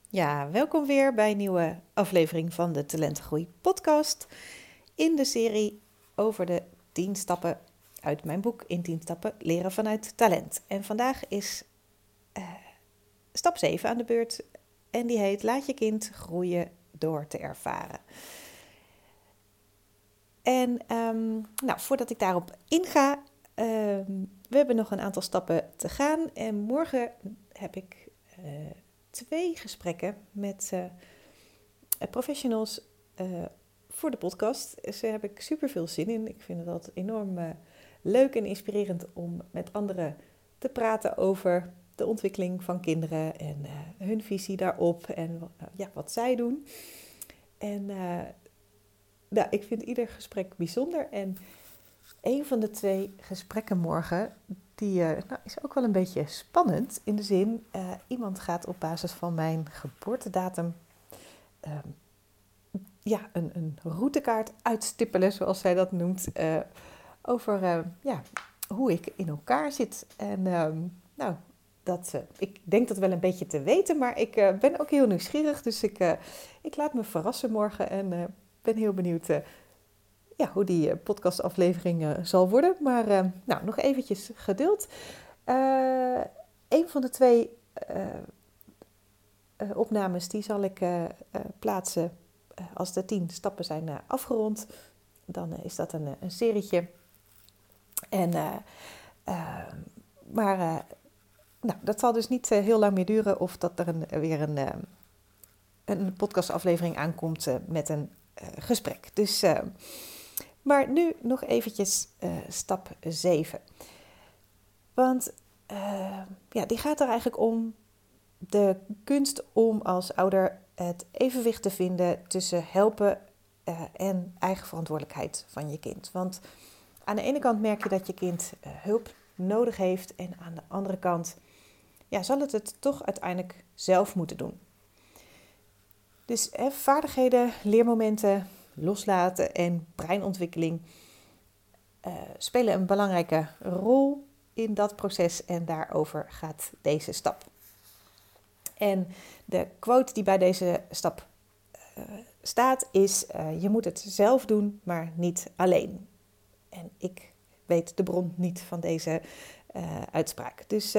Ja, welkom weer bij een nieuwe aflevering van de Talentengroei podcast. In de serie over de 10 stappen uit mijn boek In 10 stappen leren vanuit talent. En vandaag is stap 7 aan de beurt en die heet laat je kind groeien door te ervaren. En voordat ik daarop inga, we hebben nog een aantal stappen te gaan. En morgen heb ik 2 gesprekken met professionals voor de podcast. Dus daar heb ik super veel zin in. Ik vind het altijd enorm leuk en inspirerend om met anderen te praten over de ontwikkeling van kinderen en hun visie daarop en wat zij doen. En ik vind ieder gesprek bijzonder. En een van de 2 gesprekken morgen, die is ook wel een beetje spannend. In de zin, iemand gaat op basis van mijn geboortedatum een routekaart uitstippelen, zoals zij dat noemt, over hoe ik in elkaar zit. En ik denk dat wel een beetje te weten, maar ik ben ook heel nieuwsgierig. Dus ik laat me verrassen morgen en ben heel benieuwd hoe die podcastaflevering zal worden. Maar nog eventjes geduld. Een van de 2 opnames die zal ik plaatsen als de 10 stappen zijn afgerond. Dan is dat een serietje. En, dat zal dus niet heel lang meer duren of dat er weer een podcastaflevering aankomt met een gesprek. Dus, maar nu nog eventjes stap 7. Want die gaat er eigenlijk om de kunst om als ouder het evenwicht te vinden tussen helpen en eigen verantwoordelijkheid van je kind. Want aan de ene kant merk je dat je kind hulp nodig heeft en aan de andere kant zal het toch uiteindelijk zelf moeten doen. Dus vaardigheden, leermomenten, loslaten en breinontwikkeling spelen een belangrijke rol in dat proces en daarover gaat deze stap. En de quote die bij deze stap staat is, je moet het zelf doen, maar niet alleen. En ik weet de bron niet van deze uitspraak. Dus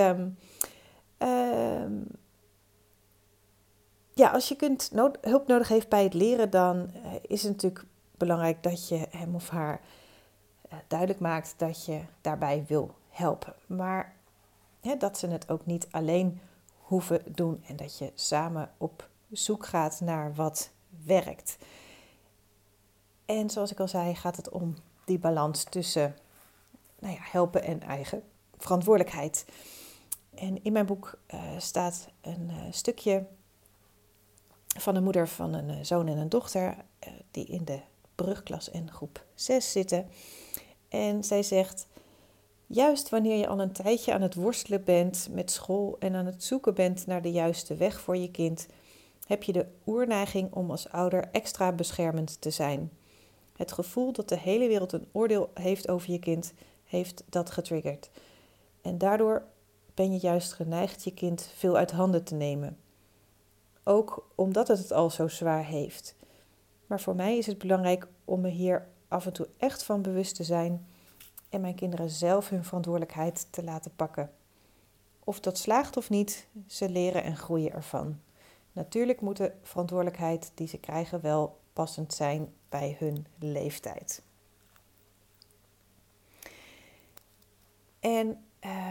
als je kind hulp nodig heeft bij het leren, dan is het natuurlijk belangrijk dat je hem of haar duidelijk maakt dat je daarbij wil helpen. Maar dat ze het ook niet alleen hoeven doen en dat je samen op zoek gaat naar wat werkt. En zoals ik al zei, gaat het om die balans tussen helpen en eigen verantwoordelijkheid. En in mijn boek staat een stukje van een moeder van een zoon en een dochter die in de brugklas en groep 6 zitten. En zij zegt, juist wanneer je al een tijdje aan het worstelen bent met school en aan het zoeken bent naar de juiste weg voor je kind, heb je de oerneiging om als ouder extra beschermend te zijn. Het gevoel dat de hele wereld een oordeel heeft over je kind, heeft dat getriggerd. En daardoor ben je juist geneigd je kind veel uit handen te nemen. Ook omdat het al zo zwaar heeft. Maar voor mij is het belangrijk om me hier af en toe echt van bewust te zijn en mijn kinderen zelf hun verantwoordelijkheid te laten pakken. Of dat slaagt of niet, ze leren en groeien ervan. Natuurlijk moet de verantwoordelijkheid die ze krijgen wel passend zijn bij hun leeftijd. En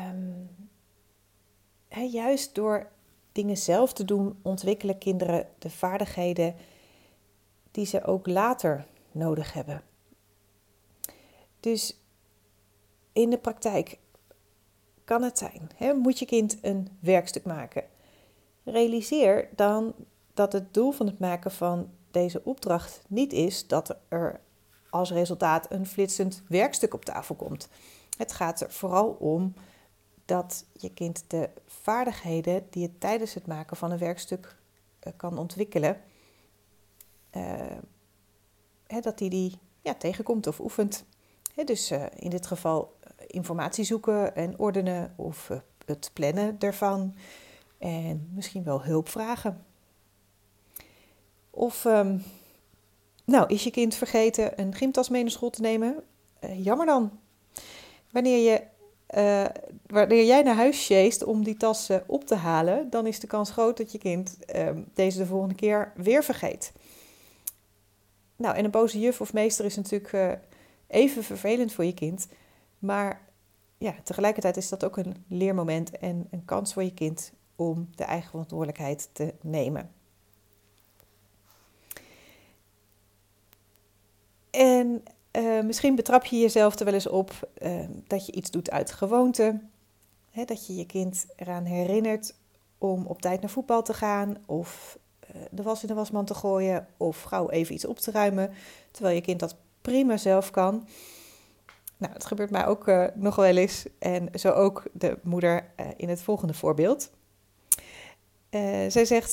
juist door dingen zelf te doen, ontwikkelen kinderen de vaardigheden die ze ook later nodig hebben. Dus in de praktijk kan het zijn, moet je kind een werkstuk maken. Realiseer dan dat het doel van het maken van deze opdracht niet is dat er als resultaat een flitsend werkstuk op tafel komt. Het gaat er vooral om dat je kind de vaardigheden die het tijdens het maken van een werkstuk kan ontwikkelen, dat die tegenkomt of oefent. Dus in dit geval informatie zoeken en ordenen of het plannen ervan en misschien wel hulp vragen. Of is je kind vergeten een gymtas mee naar school te nemen? Jammer dan. Wanneer jij naar huis sjeest om die tas op te halen, dan is de kans groot dat je kind deze de volgende keer weer vergeet. Nou, en een boze juf of meester is natuurlijk even vervelend voor je kind. Maar ja, tegelijkertijd is dat ook een leermoment en een kans voor je kind om de eigen verantwoordelijkheid te nemen. En misschien betrap je jezelf er wel eens op dat je iets doet uit gewoonte. Hè, dat je je kind eraan herinnert om op tijd naar voetbal te gaan. Of de was in de wasmand te gooien. Of gauw even iets op te ruimen. Terwijl je kind dat prima zelf kan. Nou, dat gebeurt mij ook nog wel eens. En zo ook de moeder in het volgende voorbeeld. Zij zegt,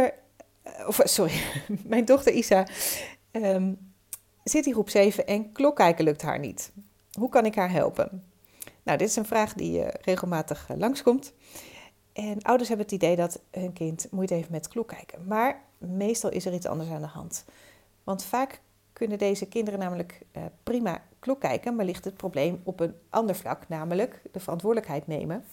mijn dochter Isa zit in groep 7 en klokkijken lukt haar niet. Hoe kan ik haar helpen? Nou, dit is een vraag die regelmatig langskomt. En ouders hebben het idee dat hun kind moeite heeft met klokkijken. Maar meestal is er iets anders aan de hand. Want vaak kunnen deze kinderen namelijk prima klokkijken, maar ligt het probleem op een ander vlak, namelijk de verantwoordelijkheid nemen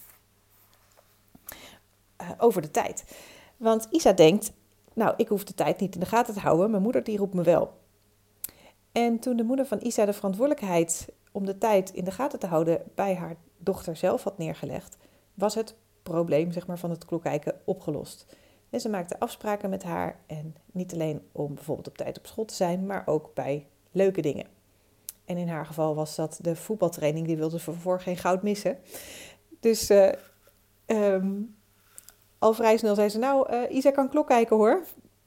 over de tijd. Want Isa denkt, nou, ik hoef de tijd niet in de gaten te houden, mijn moeder die roept me wel. En toen de moeder van Isa de verantwoordelijkheid om de tijd in de gaten te houden bij haar dochter zelf had neergelegd, was het probleem van het klokkijken opgelost. En ze maakte afspraken met haar en niet alleen om bijvoorbeeld op tijd op school te zijn, maar ook bij leuke dingen. En in haar geval was dat de voetbaltraining, die wilde ze voor geen goud missen. Dus al vrij snel zei ze, Isa kan klok kijken hoor.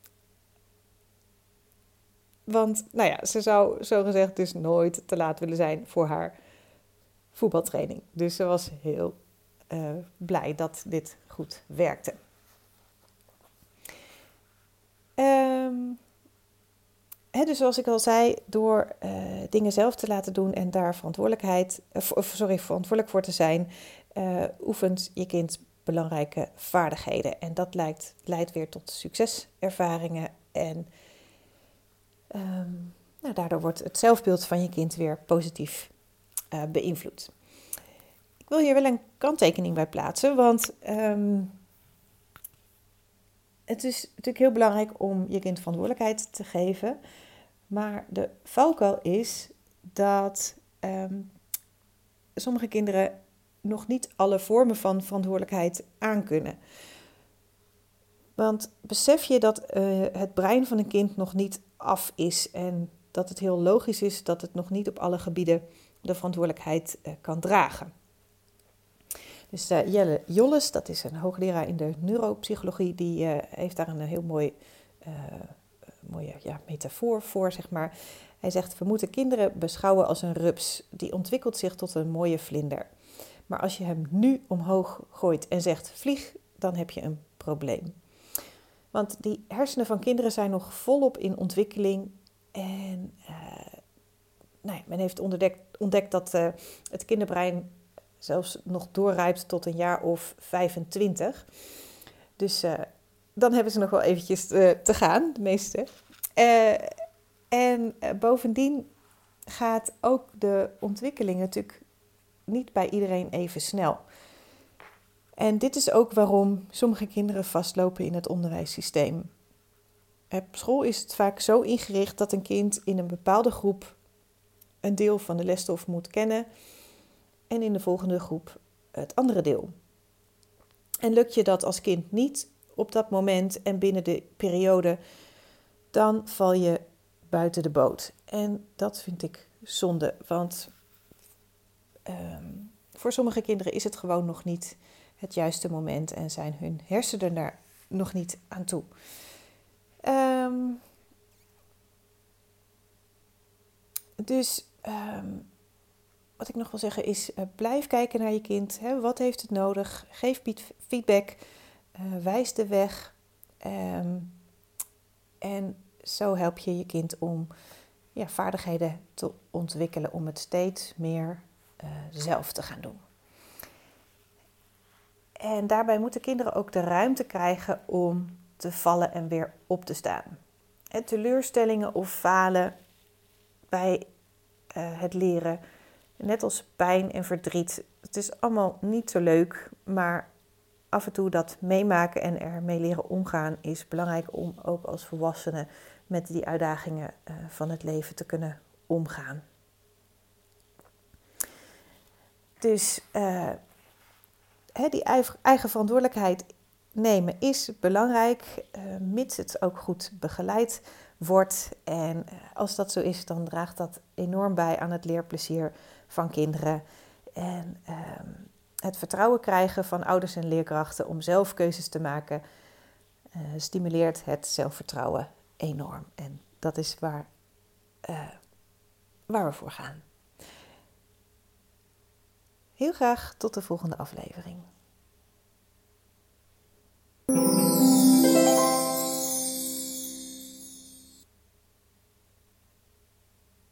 Want ze zou zogezegd dus nooit te laat willen zijn voor haar voetbaltraining. Dus ze was heel blij dat dit goed werkte. Dus zoals ik al zei, door dingen zelf te laten doen en daar verantwoordelijk voor te zijn, oefent je kind belangrijke vaardigheden. En dat leidt weer tot succeservaringen en daardoor wordt het zelfbeeld van je kind weer positief beïnvloed. Ik wil hier wel een kanttekening bij plaatsen, want het is natuurlijk heel belangrijk om je kind verantwoordelijkheid te geven. Maar de valkuil is dat sommige kinderen nog niet alle vormen van verantwoordelijkheid aankunnen. Want besef je dat het brein van een kind nog niet af is en dat het heel logisch is dat het nog niet op alle gebieden de verantwoordelijkheid kan dragen. Dus Jelle Jolles, dat is een hoogleraar in de neuropsychologie, die heeft daar een heel mooie metafoor voor, zeg maar. Hij zegt, we moeten kinderen beschouwen als een rups. Die ontwikkelt zich tot een mooie vlinder. Maar als je hem nu omhoog gooit en zegt vlieg, dan heb je een probleem. Want die hersenen van kinderen zijn nog volop in ontwikkeling. En men heeft ontdekt dat het kinderbrein zelfs nog doorrijpt tot een jaar of 25. Dus dan hebben ze nog wel eventjes te gaan, de meeste. Bovendien gaat ook de ontwikkeling natuurlijk niet bij iedereen even snel. En dit is ook waarom sommige kinderen vastlopen in het onderwijssysteem. Op school is het vaak zo ingericht dat een kind in een bepaalde groep een deel van de lesstof moet kennen en in de volgende groep het andere deel. En lukt je dat als kind niet op dat moment en binnen de periode, dan val je buiten de boot. En dat vind ik zonde, want voor sommige kinderen is het gewoon nog niet het juiste moment en zijn hun hersenen daar nog niet aan toe. Wat ik nog wil zeggen is, blijf kijken naar je kind. Hè? Wat heeft het nodig? Geef feedback. Wijs de weg. En zo help je je kind om vaardigheden te ontwikkelen om het steeds meer zelf te gaan doen. En daarbij moeten kinderen ook de ruimte krijgen om te vallen en weer op te staan. teleurstellingen of falen bij het leren, net als pijn en verdriet. Het is allemaal niet zo leuk, maar af en toe dat meemaken en ermee leren omgaan is belangrijk om ook als volwassene met die uitdagingen van het leven te kunnen omgaan. Dus die eigen verantwoordelijkheid nemen is belangrijk, mits het ook goed begeleid wordt. En als dat zo is, dan draagt dat enorm bij aan het leerplezier van kinderen. En het vertrouwen krijgen van ouders en leerkrachten om zelf keuzes te maken, stimuleert het zelfvertrouwen enorm. En dat is waar we voor gaan. Heel graag tot de volgende aflevering.